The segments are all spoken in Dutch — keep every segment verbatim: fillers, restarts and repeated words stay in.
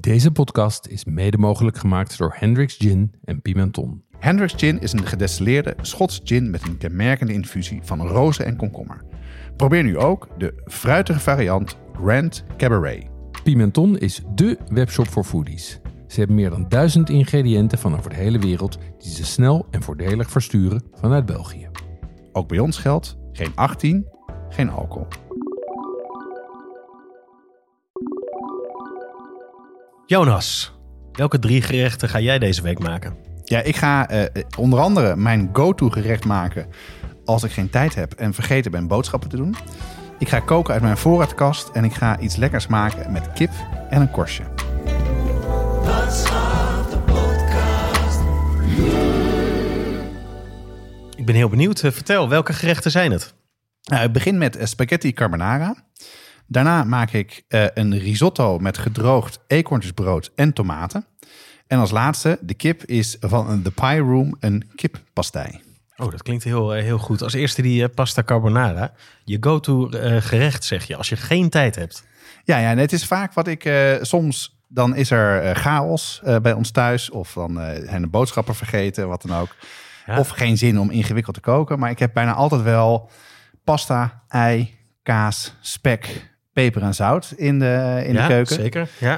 Deze podcast is mede mogelijk gemaakt door Hendrick's Gin en Pimenton. Hendrick's Gin is een gedestilleerde Schots gin met een kenmerkende infusie van rozen en komkommer. Probeer nu ook de fruitige variant Grand Cabaret. Pimenton is dé webshop voor foodies. Ze hebben meer dan duizend ingrediënten van over de hele wereld die ze snel en voordelig versturen vanuit België. Ook bij ons geldt geen achttien, geen alcohol. Jonas, welke drie gerechten ga jij deze week maken? Ja, ik ga uh, onder andere mijn go-to gerecht maken als ik geen tijd heb en vergeten ben boodschappen te doen. Ik ga koken uit mijn voorraadkast en ik ga iets lekkers maken met kip en een korstje. Ik ben heel benieuwd. Vertel, welke gerechten zijn het? Uh, ik begin met uh, spaghetti carbonara. Daarna maak ik uh, een risotto met gedroogd eekhoorntjesbrood en tomaten. En als laatste, de kip is van The Pie Room een kippastei. Oh, dat klinkt heel, heel goed. Als eerste die uh, pasta carbonara. Je go-to uh, gerecht, zeg je, als je geen tijd hebt. Ja, ja, het is vaak wat ik uh, soms... Dan is er uh, chaos uh, bij ons thuis. Of dan uh, zijn de boodschappen vergeten, wat dan ook. Ja. Of geen zin om ingewikkeld te koken. Maar ik heb bijna altijd wel pasta, ei, kaas, spek, peper en zout in de, in ja, de keuken. Zeker, ja.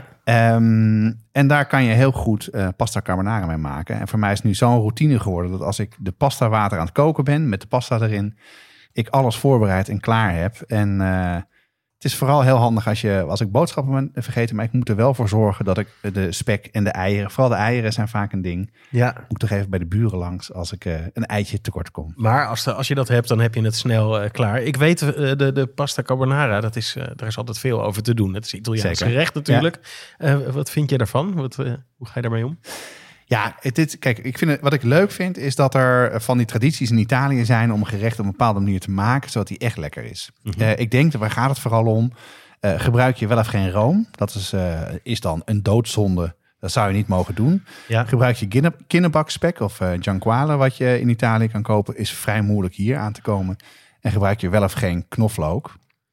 Um, en daar kan je heel goed uh, pasta carbonara mee maken. En voor mij is het nu zo'n routine geworden dat als ik de pasta water aan het koken ben met de pasta erin, ik alles voorbereid en klaar heb. En uh, het is vooral heel handig als, je, als ik boodschappen ben vergeten, maar ik moet er wel voor zorgen dat ik de spek en de eieren, vooral de eieren zijn vaak een ding. Ja. Moet ik toch even bij de buren langs als ik uh, een eitje tekort kom. Maar als, de, als je dat hebt, dan heb je het snel uh, klaar. Ik weet, uh, de, de pasta carbonara, dat is, uh, daar is altijd veel over te doen. Het is Italiaans gerecht natuurlijk. Ja. Uh, wat vind je daarvan? Wat, uh, hoe ga je daarmee om? Ja, het, dit, kijk, ik vind het, wat ik leuk vind is dat er van die tradities in Italië zijn om gerecht op een bepaalde manier te maken, zodat die echt lekker is. Mm-hmm. Uh, ik denk, waar gaat het vooral om? Uh, gebruik je wel of geen room? Dat is, uh, is dan een doodzonde. Dat zou je niet mogen doen. Ja. Gebruik je kinnebakspek of uh, gianquale, wat je in Italië kan kopen, is vrij moeilijk hier aan te komen. En gebruik je wel of geen knoflook.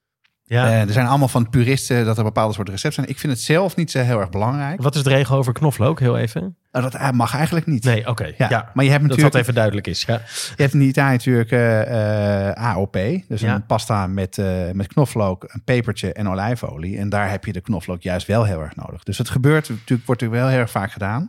Ja. Uh, er zijn allemaal van puristen dat er bepaalde soorten recepten zijn. Ik vind het zelf niet zo heel erg belangrijk. Wat is de regel over knoflook? Heel even. Nou, dat mag eigenlijk niet. Nee, oké. Okay. Ja, ja. Maar je hebt natuurlijk, dat dat even duidelijk is. Ja. Je hebt in Italië natuurlijk uh, uh, A O P. Dus ja. een pasta met, uh, met knoflook, een pepertje en olijfolie. En daar heb je de knoflook juist wel heel erg nodig. Dus het gebeurt natuurlijk, wordt natuurlijk wel heel erg vaak gedaan.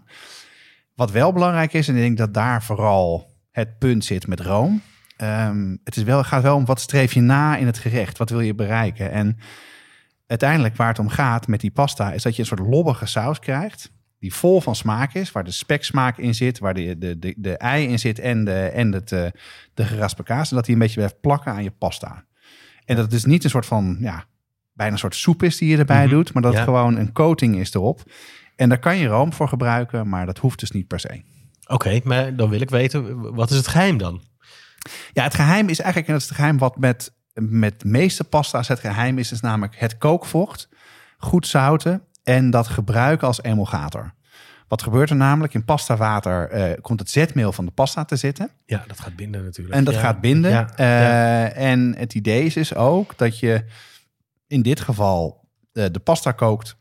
Wat wel belangrijk is, en ik denk dat daar vooral het punt zit met room. Um, het is wel, gaat wel om wat streef je na in het gerecht. Wat wil je bereiken? En uiteindelijk waar het om gaat met die pasta is dat je een soort lobbige saus krijgt die vol van smaak is, waar de speksmaak in zit, waar de, de, de, de ei in zit en de, en het, de, de geraspe kaas. En dat die een beetje blijft plakken aan je pasta. En dat het dus niet een soort van, ja, bijna een soort soep is die je erbij mm-hmm. doet, maar dat ja. het gewoon een coating is erop. En daar kan je room voor gebruiken, maar dat hoeft dus niet per se. Oké, okay, maar dan wil ik weten, wat is het geheim dan? Ja, het geheim is eigenlijk, en dat is het geheim wat met, met de meeste pasta's het geheim is, is namelijk het kookvocht, goed zouten en dat gebruiken als emulgator. Wat gebeurt er namelijk? In pastawater uh, komt het zetmeel van de pasta te zitten. Ja, dat gaat binden natuurlijk. En dat ja. gaat binden. Ja. Uh, ja. En het idee is dus ook dat je in dit geval uh, de pasta kookt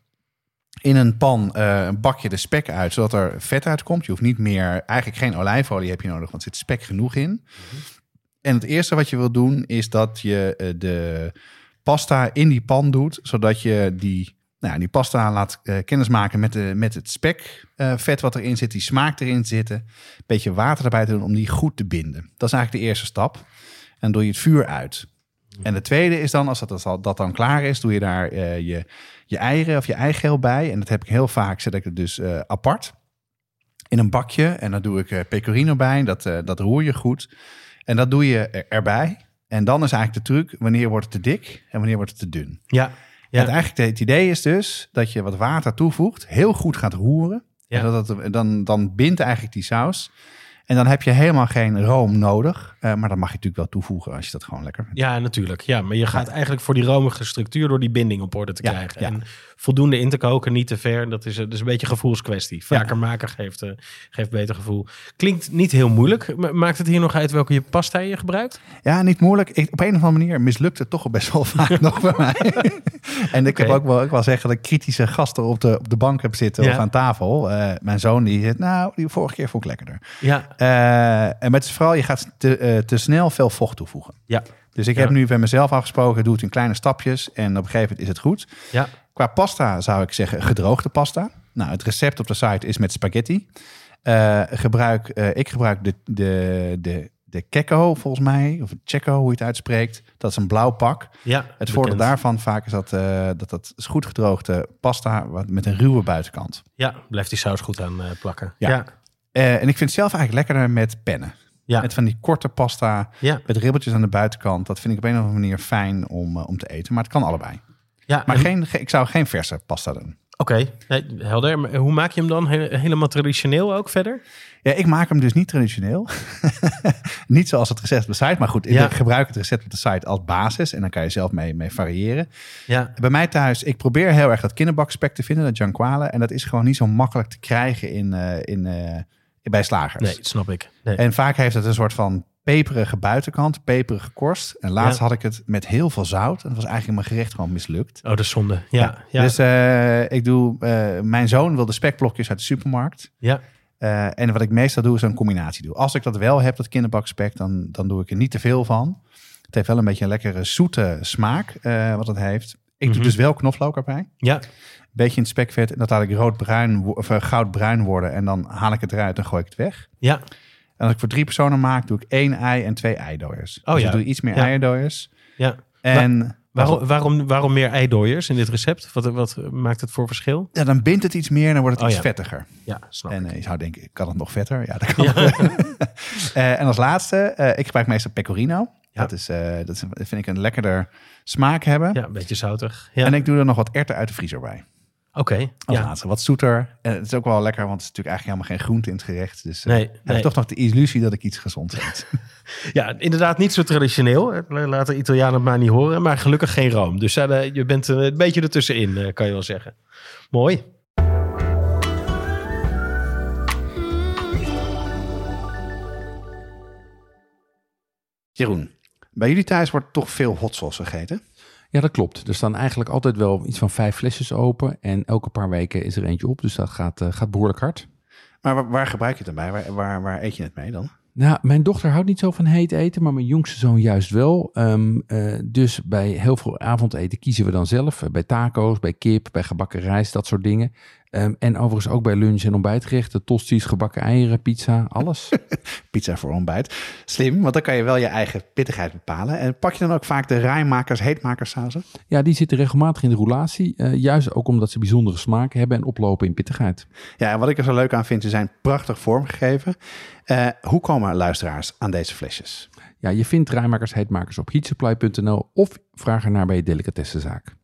in een pan, uh, een bakje de spek uit, zodat er vet uitkomt. Je hoeft niet meer, eigenlijk geen olijfolie heb je nodig, want er zit spek genoeg in. Mm-hmm. En het eerste wat je wil doen is dat je uh, de pasta in die pan doet, zodat je die, nou, die pasta laat uh, kennismaken met, de, met het spekvet uh, wat erin zit, die smaak erin zitten. Een beetje water erbij te doen om die goed te binden. Dat is eigenlijk de eerste stap. En dan doe je het vuur uit. En de tweede is dan, als dat, dat dan klaar is, doe je daar uh, je, je eieren of je eigeel bij. En dat heb ik heel vaak, zet ik het dus uh, apart in een bakje. En dan doe ik uh, pecorino bij, dat, uh, dat roer je goed. En dat doe je er, erbij. En dan is eigenlijk de truc, wanneer wordt het te dik en wanneer wordt het te dun. Ja. Ja. Het, eigenlijk, het idee is dus dat je wat water toevoegt, heel goed gaat roeren. Ja. En dat het, dan, dan bindt eigenlijk die saus. En dan heb je helemaal geen room nodig. Uh, maar dan mag je natuurlijk wel toevoegen als je dat gewoon lekker vindt. Ja, natuurlijk. Ja, maar je gaat ja. eigenlijk voor die romige structuur door die binding op orde te ja, krijgen. Ja. En voldoende in te koken, niet te ver. Dat is, dat is een beetje een gevoelskwestie. Vaker ja. maken geeft, uh, geeft beter gevoel. Klinkt niet heel moeilijk. Maakt het hier nog uit welke je pasta je gebruikt? Ja, niet moeilijk. Ik, op een of andere manier mislukt het toch best wel vaak nog bij mij. En ik okay. heb ook wel, ik wel zeggen dat ik kritische gasten op de, op de bank heb zitten ja. of aan tafel. Uh, mijn zoon die zegt, nou, die vorige keer vond ik lekkerder. Ja. Uh, en met het is vooral, je gaat te, uh, te snel veel vocht toevoegen. Ja. Dus ik ja. heb nu bij mezelf afgesproken, doe het in kleine stapjes en op een gegeven moment is het goed. Ja. Qua pasta zou ik zeggen gedroogde pasta. Nou, het recept op de site is met spaghetti. Uh, gebruik, uh, ik gebruik de, de, de, de Kekko volgens mij, of Checo, hoe je het uitspreekt. Dat is een blauw pak. Ja, het bekend. voordeel daarvan vaak is dat, uh, dat dat is goed gedroogde pasta met een ruwe buitenkant. Ja, blijft die saus goed aan uh, plakken. Ja. ja. Uh, en ik vind het zelf eigenlijk lekkerder met pennen. Ja. Met van die korte pasta ja. met ribbeltjes aan de buitenkant. Dat vind ik op een of andere manier fijn om, uh, om te eten. Maar het kan allebei. Ja, maar en... geen, ge, ik zou geen verse pasta doen. Oké, okay. nee, helder. Maar hoe maak je hem dan? He- helemaal traditioneel ook verder? Ja, ik maak hem dus niet traditioneel. Niet zoals het recept op de site. Maar goed, ja. ik gebruik het recept op de site als basis. En dan kan je zelf mee, mee variëren. Ja. Bij mij thuis, ik probeer heel erg dat kinderbakspek te vinden. Dat Gianquale. En dat is gewoon niet zo makkelijk te krijgen in... Uh, in uh, bij slagers. Nee, dat snap ik. Nee. En vaak heeft het een soort van peperige buitenkant, peperige korst. En laatst ja. had ik het met heel veel zout. En dat was eigenlijk mijn gerecht gewoon mislukt. Oh, dat is zonde. Ja. ja. ja. Dus uh, ik doe... Uh, mijn zoon wil de spekblokjes uit de supermarkt. Ja. Uh, en wat ik meestal doe, is een combinatie doen. Als ik dat wel heb, dat kinderbakspek, dan, dan doe ik er niet te veel van. Het heeft wel een beetje een lekkere zoete smaak, uh, wat het heeft. Ik mm-hmm. doe dus wel knoflook erbij. Ja. Beetje in het spekvet. En dat laat ik roodbruin of uh, goudbruin worden. En dan haal ik het eruit en gooi ik het weg. Ja. En als ik voor drie personen maak, doe ik één ei en twee eidooiers. Oh, dus ja. ik doe iets meer ja. eidooiers. Ja. En Waar, waarom, waarom, waarom meer eidooiers in dit recept? Wat, wat maakt het voor verschil? Ja, dan bindt het iets meer en dan wordt het oh, iets ja. vettiger. Ja, snap en ik. uh, je zou denken, kan het nog vetter? Ja, dat kan. Ja. uh, en als laatste, uh, ik gebruik meestal pecorino. Ja. Dat, is, uh, dat is, vind ik een lekkerder smaak hebben. Ja, een beetje zoutig. Ja. En ik doe er nog wat erwten uit de vriezer bij. Oké. Okay, als ja. laatste, wat zoeter. En het is ook wel lekker, want het is natuurlijk eigenlijk helemaal geen groente in het gerecht. Dus uh, nee, heb nee. ik toch nog de illusie dat ik iets gezonds eet. Ja, inderdaad niet zo traditioneel. Laat de Italianen het maar niet horen. Maar gelukkig geen room. Dus uh, je bent uh, een beetje ertussenin, uh, kan je wel zeggen. Mooi. Jeroen, bij jullie thuis wordt toch veel hot sauce gegeten? Ja, dat klopt. Er staan eigenlijk altijd wel iets van vijf flesjes open. En elke paar weken is er eentje op. Dus dat gaat, uh, gaat behoorlijk hard. Maar waar, waar gebruik je het dan bij? Waar, waar, waar eet je het mee dan? Nou, mijn dochter houdt niet zo van heet eten, maar mijn jongste zoon juist wel. Um, uh, dus bij heel veel avondeten kiezen we dan zelf. Uh, bij taco's, bij kip, bij gebakken rijst, dat soort dingen. Um, en overigens ook bij lunch- en ontbijtgerechten. Tosties, gebakken eieren, pizza, alles. Pizza voor ontbijt. Slim, want dan kan je wel je eigen pittigheid bepalen. En pak je dan ook vaak de rijmakers, heetmakers sauzen? Ja, die zitten regelmatig in de roulatie. Uh, juist ook omdat ze bijzondere smaak hebben en oplopen in pittigheid. Ja, en wat ik er zo leuk aan vind, ze zijn prachtig vormgegeven. Uh, hoe komen luisteraars aan deze flesjes? Ja, je vindt rijmakers, heetmakers op heatsupply punt n l of vraag ernaar bij je delicatessenzaak.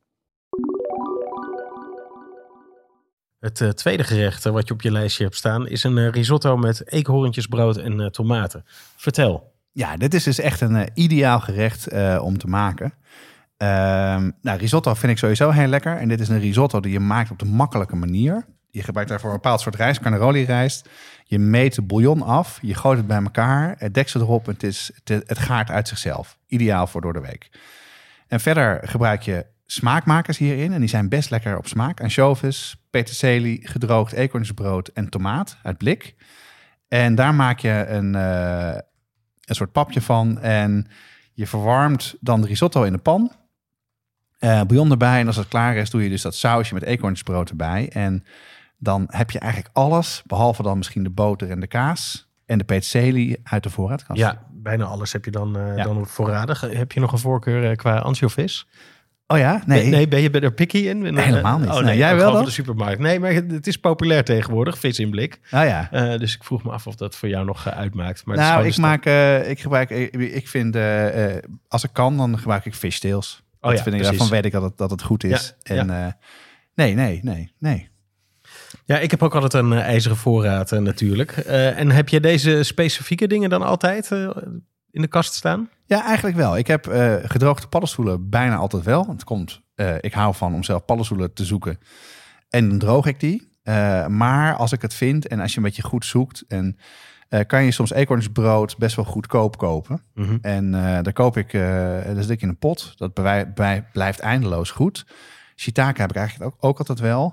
Het uh, tweede gerecht uh, wat je op je lijstje hebt staan is een uh, risotto met eekhoorntjesbrood en uh, tomaten. Vertel. Ja, dit is dus echt een uh, ideaal gerecht uh, om te maken. Uh, nou, risotto vind ik sowieso heel lekker. En dit is een risotto die je maakt op de makkelijke manier. Je gebruikt daarvoor een bepaald soort rijst, carnaroli rijst. Je meet de bouillon af, je gooit het bij elkaar, het deksel erop en het, is, het, het gaart uit zichzelf. Ideaal voor door de week. En verder gebruik je smaakmakers hierin en die zijn best lekker op smaak. Ansjovis, peterselie, gedroogd eekhoornsbrood en tomaat uit blik. En daar maak je een, uh, een soort papje van en je verwarmt dan de risotto in de pan. Uh, bouillon erbij en als het klaar is doe je dus dat sausje met eekhoornsbrood erbij. En dan heb je eigenlijk alles, behalve dan misschien de boter en de kaas en de peterselie uit de voorraadkast. Ja, bijna alles heb je dan, uh, ja. dan voorradig. Heb je nog een voorkeur uh, qua ansjovis? Oh ja? Nee. Nee, ben je er picky in? Nee, helemaal niet. Oh, nee, nee, jij wel dan? de supermarkt. Nee, maar het is populair tegenwoordig, vis in blik. Oh ja. Uh, dus ik vroeg me af of dat voor jou nog uh, uitmaakt. Maar nou, ik maak, uh, ik gebruik, ik, ik vind, uh, uh, als ik kan, dan gebruik ik fishtails. Oh dat ja, vind ik, daarvan weet ik dat het, dat het goed is. Ja, en ja. Uh, nee, nee, nee, nee. Ja, ik heb ook altijd een uh, ijzeren voorraad uh, natuurlijk. Uh, en heb je deze specifieke dingen dan altijd? Uh, in de kast staan? Ja, eigenlijk wel. Ik heb uh, gedroogde paddenstoelen bijna altijd wel. Het komt, uh, ik hou van om zelf paddenstoelen te zoeken. En dan droog ik die. Uh, maar als ik het vind en als je een beetje goed zoekt... en uh, kan je soms eekhoornsbrood best wel goedkoop kopen. Mm-hmm. En uh, daar koop ik, uh, dat zit ik in een pot. Dat bij, bij, blijft eindeloos goed. Shiitake heb ik eigenlijk ook, ook altijd wel.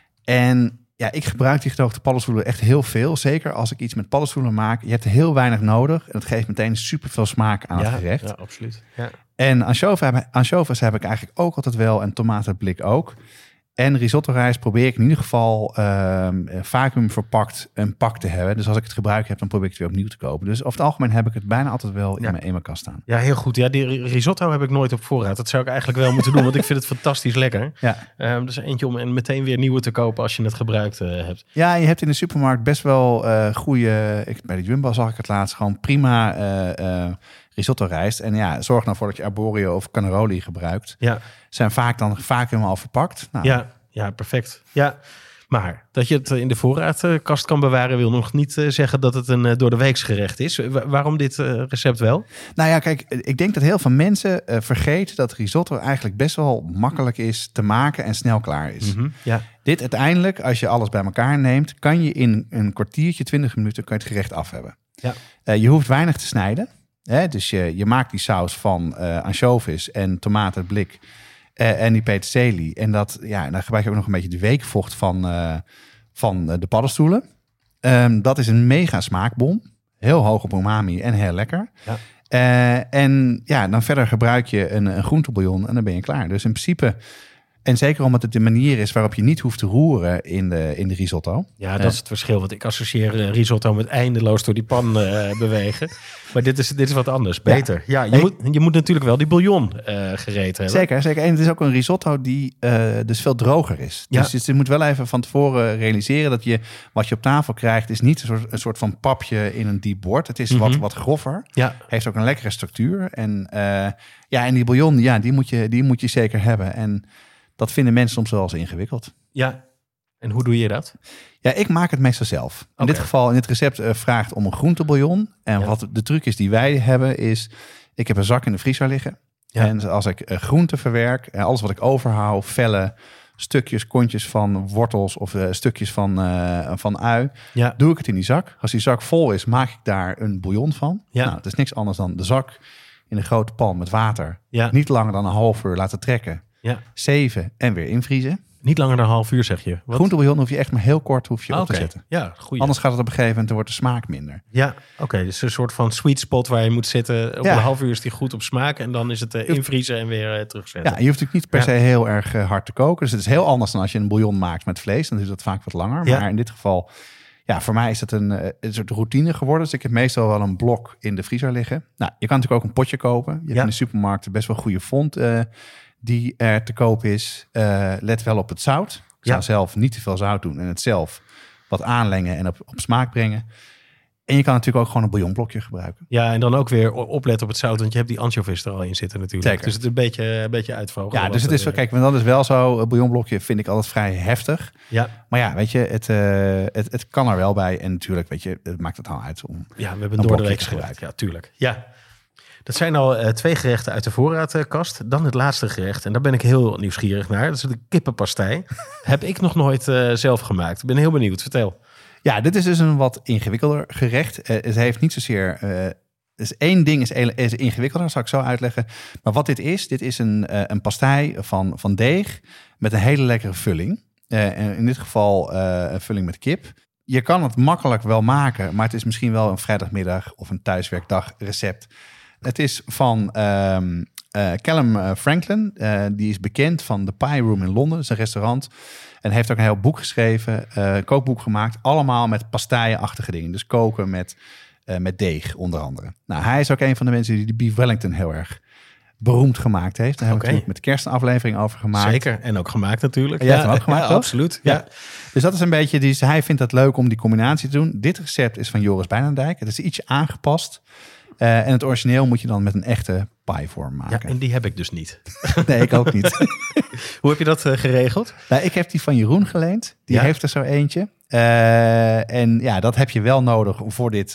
En ja, ik gebruik die gedroogde paddenstoelen echt heel veel. Zeker als ik iets met paddenstoelen maak. Je hebt er heel weinig nodig. En dat geeft meteen super veel smaak aan ja, het gerecht. Ja, absoluut. Ja. En ansjovis heb, ansjovis heb ik eigenlijk ook altijd wel. En tomatenblik ook. En risotto rijst probeer ik in ieder geval uh, vacuüm verpakt een pak te hebben. Dus als ik het gebruik heb, dan probeer ik het weer opnieuw te kopen. Dus over het algemeen heb ik het bijna altijd wel in, ja. mijn, in mijn kast staan. Ja, heel goed. Ja, die risotto heb ik nooit op voorraad. Dat zou ik eigenlijk wel moeten doen, want ik vind het fantastisch lekker. Ja. Um, dus eentje om en meteen weer nieuwe te kopen als je het gebruikt uh, hebt. Ja, je hebt in de supermarkt best wel uh, goede... Ik, bij de Jumbo zag ik het laatst gewoon prima... Uh, uh, risotto rijst. En ja, zorg nou voor dat je arborio of cannaroli gebruikt. Ja. Zijn vaak dan vaak helemaal verpakt. Nou, ja, ja, perfect. Ja, maar dat je het in de voorraadkast kan bewaren... wil nog niet zeggen dat het een door de weeks gerecht is. Waarom dit recept wel? Nou ja, kijk, ik denk dat heel veel mensen uh, vergeten... dat risotto eigenlijk best wel makkelijk is te maken en snel klaar is. Mm-hmm, ja. Dit uiteindelijk, als je alles bij elkaar neemt... kan je in een kwartiertje, twintig minuten... kan je het gerecht af hebben. Ja. Uh, je hoeft weinig te snijden. Hè? Dus je, je maakt die saus van uh, ansjovis en tomatenblik... Uh, en die peterselie. En dat, ja, dan gebruik je ook nog een beetje de weekvocht van, uh, van de paddenstoelen. Um, dat is een mega smaakbom. Heel hoog op umami en heel lekker. Ja. Uh, en ja, dan verder gebruik je een, een groentebouillon en dan ben je klaar. Dus in principe... En zeker omdat het de manier is waarop je niet hoeft te roeren in de, in de risotto. Ja, dat uh, is het verschil. Want ik associeer risotto met eindeloos door die pan uh, bewegen. Maar dit is, dit is wat anders. Beter. Ja, ja je, moet, je moet natuurlijk wel die bouillon uh, gereed hebben. Zeker, zeker. En het is ook een risotto die uh, dus veel droger is. Ja. Dus, dus je moet wel even van tevoren realiseren dat je wat je op tafel krijgt... is niet een soort, een soort van papje in een diep bord. Het is mm-hmm. wat, wat grover. Ja. Heeft ook een lekkere structuur. En, uh, ja, en die bouillon, ja, die moet je, die moet je zeker hebben. En... dat vinden mensen soms wel eens ingewikkeld. Ja, en hoe doe je dat? Ja, ik maak het meestal zelf. In okay. dit geval, in dit recept uh, vraagt om een groentebouillon. En ja. wat de truc is die wij hebben is... ik heb een zak in de vriezer liggen. Ja. En als ik uh, groenten verwerk... en alles wat ik overhoud, vellen, stukjes, kontjes van wortels... of uh, stukjes van, uh, van ui, ja. doe ik het in die zak. Als die zak vol is, maak ik daar een bouillon van. Ja. Nou, het is niks anders dan de zak in een grote pan met water. Ja. Niet langer dan een half uur laten trekken. Ja. Zeven en weer invriezen. Niet langer dan een half uur, zeg je. Groentebouillon hoef je echt maar heel kort hoef je ah, op okay. te zetten. Ja, goeie. Anders gaat het op een gegeven moment, wordt de smaak minder. Ja, oké. Okay, dus een soort van sweet spot waar je moet zitten. Op ja. een half uur is die goed op smaak. En dan is het uh, invriezen en weer uh, terugzetten. Ja, je hoeft natuurlijk niet per se ja. heel erg uh, hard te koken. Dus het is heel anders dan als je een bouillon maakt met vlees. Dan is dat vaak wat langer. Ja. Maar in dit geval, ja, voor mij is het een, uh, een soort routine geworden. Dus ik heb meestal wel een blok in de vriezer liggen. Nou, je kan natuurlijk ook een potje kopen. Je hebt ja. in de supermarkt best wel goede fond... Uh, die er te koop is. Uh, let wel op het zout. Ik ja. zou zelf niet te veel zout doen en het zelf wat aanlengen en op, op smaak brengen. En je kan natuurlijk ook gewoon een bouillonblokje gebruiken. Ja, en dan ook weer opletten op het zout, want je hebt die anchovies er al in zitten natuurlijk. Zeker. Dus het is een beetje, een beetje uitvogelen. Ja, dus het is wel, kijk, maar dat is wel zo. Een bouillonblokje vind ik altijd vrij heftig. Ja. Maar ja, weet je, het, uh, het, het kan er wel bij. En natuurlijk, weet je, het maakt het al uit om. Ja, we hebben door de week gebruikt. Ja, tuurlijk. Ja. Dat zijn al uh, twee gerechten uit de voorraadkast. Dan het laatste gerecht. En daar ben ik heel nieuwsgierig naar. Dat is de kippenpastei. Heb ik nog nooit uh, zelf gemaakt. Ik ben heel benieuwd. Vertel. Ja, dit is dus een wat ingewikkelder gerecht. Uh, het heeft niet zozeer... Uh, dus één ding is, is ingewikkelder, zal ik zo uitleggen. Maar wat dit is, dit is een, uh, een pastei van, van deeg met een hele lekkere vulling. Uh, in dit geval uh, een vulling met kip. Je kan het makkelijk wel maken, maar het is misschien wel een vrijdagmiddag of een thuiswerkdag recept. Het is van um, uh, Callum Franklin. Uh, die is bekend van The Pie Room in Londen. Dat is een restaurant. En heeft ook een heel boek geschreven. Uh, een kookboek gemaakt. Allemaal met pasteienachtige dingen. Dus koken met, uh, met deeg onder andere. Nou, hij is ook een van de mensen die de Beef Wellington heel erg beroemd gemaakt heeft. Daar hebben we okay. met de kerstaflevering over gemaakt. Zeker, en ook gemaakt natuurlijk. Ja, ja, ook gemaakt, ja absoluut. Ja. Ja. Dus dat is een beetje, die, hij vindt het leuk om die combinatie te doen. Dit recept is van Joris Bijnendijk. Het is ietsje aangepast. Uh, en het origineel moet je dan met een echte pie-vorm maken. Ja, en die heb ik dus niet. Nee, ik ook niet. Hoe heb je dat uh, geregeld? Nou, ik heb die van Jeroen geleend. Die ja. heeft er zo eentje. Uh, en ja, dat heb je wel nodig voor dit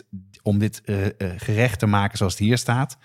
om dit uh, uh, gerecht te maken zoals het hier staat.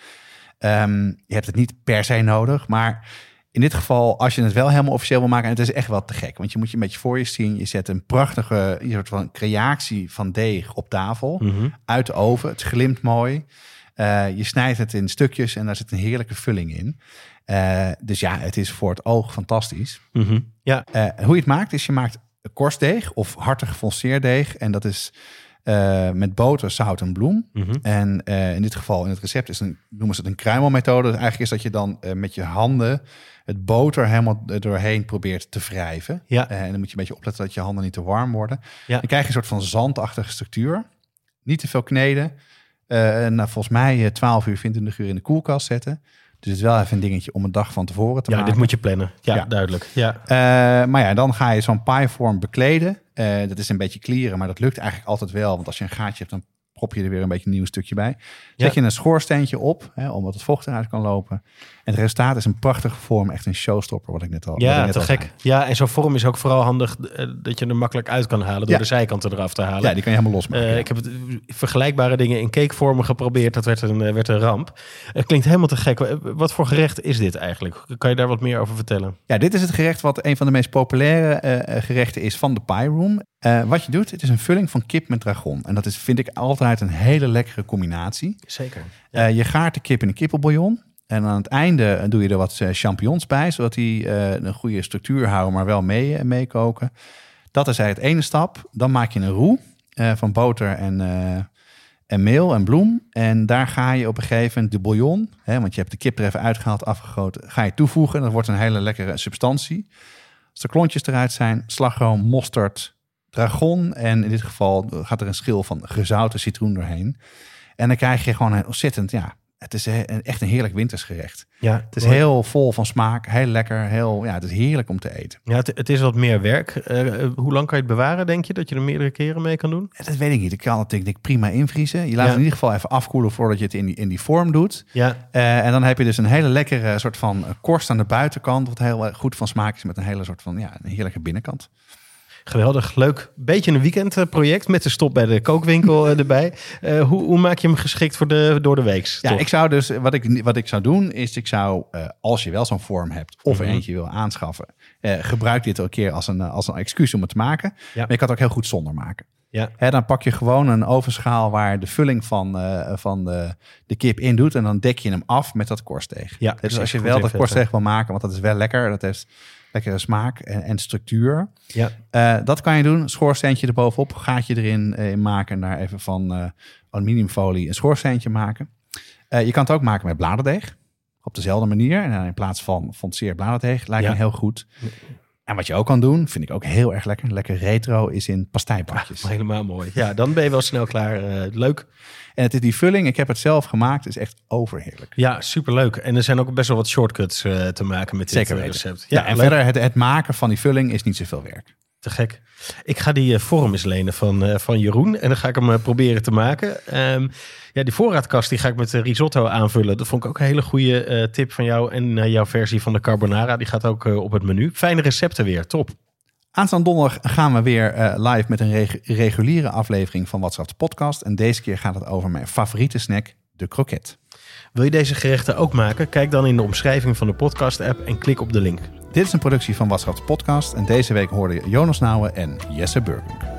Um, je hebt het niet per se nodig, maar in dit geval, als je het wel helemaal officieel wil maken, en het is echt wel te gek, want je moet je een beetje voor je zien. Je zet een prachtige een soort van creatie van deeg op tafel, mm-hmm. uit de oven. Het glimt mooi. Uh, je snijdt het in stukjes en daar zit een heerlijke vulling in. Uh, dus ja, het is voor het oog fantastisch. Mm-hmm. Ja. Uh, hoe je het maakt, is je maakt korstdeeg of hartig gefonceerdeeg. En dat is uh, met boter, zout en bloem. Mm-hmm. En uh, in dit geval, in het recept, is een, noemen ze het een kruimelmethode. Dus eigenlijk is dat je dan uh, met je handen het boter helemaal doorheen probeert te wrijven. Ja. Uh, en dan moet je een beetje opletten dat je handen niet te warm worden. Ja. Dan krijg je een soort van zandachtige structuur. Niet te veel kneden. Uh, nou, volgens mij twaalf uur, vierentwintig uur in de koelkast zetten. Dus het is wel even een dingetje om een dag van tevoren te ja, maken. Ja, dit moet je plannen. Ja, ja. duidelijk. Ja. Uh, maar ja, dan ga je zo'n pievorm bekleden. Uh, dat is een beetje klieren, maar dat lukt eigenlijk altijd wel. Want als je een gaatje hebt, dan prop je er weer een beetje een nieuw stukje bij. Zet ja. je een schoorsteentje op, hè, omdat het vocht eruit kan lopen. En het resultaat is een prachtige vorm, echt een showstopper, wat ik net al Ja, wat ik net te al gek. zei. Ja, en zo'n vorm is ook vooral handig uh, dat je er makkelijk uit kan halen door ja. de zijkanten eraf te halen. Ja, die kan je helemaal losmaken. Uh, ja. Ik heb het, vergelijkbare dingen in cakevormen geprobeerd. Dat werd een, uh, werd een ramp. Het klinkt helemaal te gek. Wat voor gerecht is dit eigenlijk? Kan je daar wat meer over vertellen? Ja, dit is het gerecht wat een van de meest populaire uh, gerechten is van de Pie Room. Uh, wat je doet, het is een vulling van kip met dragon. En dat is, vind ik, altijd een hele lekkere combinatie. Zeker. Ja. Uh, je gaart de kip in een kippenbouillon. En aan het einde doe je er wat champignons bij, zodat die uh, een goede structuur houden, maar wel mee, meekoken. Dat is eigenlijk het ene stap. Dan maak je een roux uh, van boter en, uh, en meel en bloem. En daar ga je op een gegeven moment de bouillon, hè, want je hebt de kip er even uitgehaald, afgegoten, ga je toevoegen. En dat wordt een hele lekkere substantie. Als de klontjes eruit zijn, slagroom, mosterd, dragon. En in dit geval gaat er een schil van gezouten citroen doorheen. En dan krijg je gewoon een ontzettend, ja, het is een, echt een heerlijk wintersgerecht. Ja, het is mooi. Heel vol van smaak, heel lekker, heel, ja, het is heerlijk om te eten. Ja, het, het is wat meer werk. Uh, hoe lang kan je het bewaren, denk je, dat je er meerdere keren mee kan doen? Ja, dat weet ik niet. Ik kan het denk ik prima invriezen. Je laat ja. het in ieder geval even afkoelen voordat je het in die, in die vorm doet. Ja. Uh, en dan heb je dus een hele lekkere soort van korst aan de buitenkant, wat heel goed van smaak is met een hele soort van, ja, een heerlijke binnenkant. Geweldig, leuk. Beetje een weekendproject met de stop bij de kookwinkel erbij. Uh, hoe, hoe maak je hem geschikt voor de door de weeks? Ja, ik zou dus wat ik wat ik zou doen is ik zou uh, als je wel zo'n vorm hebt of er mm-hmm. eentje wil aanschaffen, uh, gebruik dit een keer als een als een excuus om het te maken. Ja. Maar je kan het ook heel goed zonder maken. Ja. Hè, dan pak je gewoon een ovenschaal waar de vulling van, uh, van de, de kip in doet en dan dek je hem af met dat korstdeeg. Ja, dus als je wel dat korstdeeg wil maken, want dat is wel lekker, dat heeft lekkere smaak en, en structuur. Ja. Uh, dat kan je doen. Schoorsteentje erbovenop, gaatje erin uh, maken en daar even van uh, aluminiumfolie een schoorsteentje maken. Uh, je kan het ook maken met bladerdeeg. Op dezelfde manier. En in plaats van fonceer bladerdeeg lijkt ja. me heel goed. En wat je ook kan doen, vind ik ook heel erg lekker. Lekker retro is in pastijpakjes. Ja, helemaal mooi. Ja, dan ben je wel snel klaar. Uh, leuk. En het is die vulling, ik heb het zelf gemaakt, is echt overheerlijk. Ja, superleuk. En er zijn ook best wel wat shortcuts uh, te maken met dit Zeker recept. Ja, ja, en leuk. verder het, het maken van die vulling is niet zoveel werk. Te gek. Ik ga die uh, vorm eens lenen van, uh, van Jeroen. En dan ga ik hem uh, proberen te maken. Um, ja, die voorraadkast die ga ik met uh, risotto aanvullen. Dat vond ik ook een hele goede uh, tip van jou. En uh, jouw versie van de carbonara, die gaat ook uh, op het menu. Fijne recepten weer, top. Aanstaande donderdag gaan we weer uh, live met een reg- reguliere aflevering van WhatsApp de podcast. En deze keer gaat het over mijn favoriete snack, de kroket. Wil je deze gerechten ook maken? Kijk dan in de omschrijving van de podcast-app en klik op de link. Dit is een productie van WhatsApp de podcast. En deze week hoorden Jonas Nouwen en Jesse Burgunk.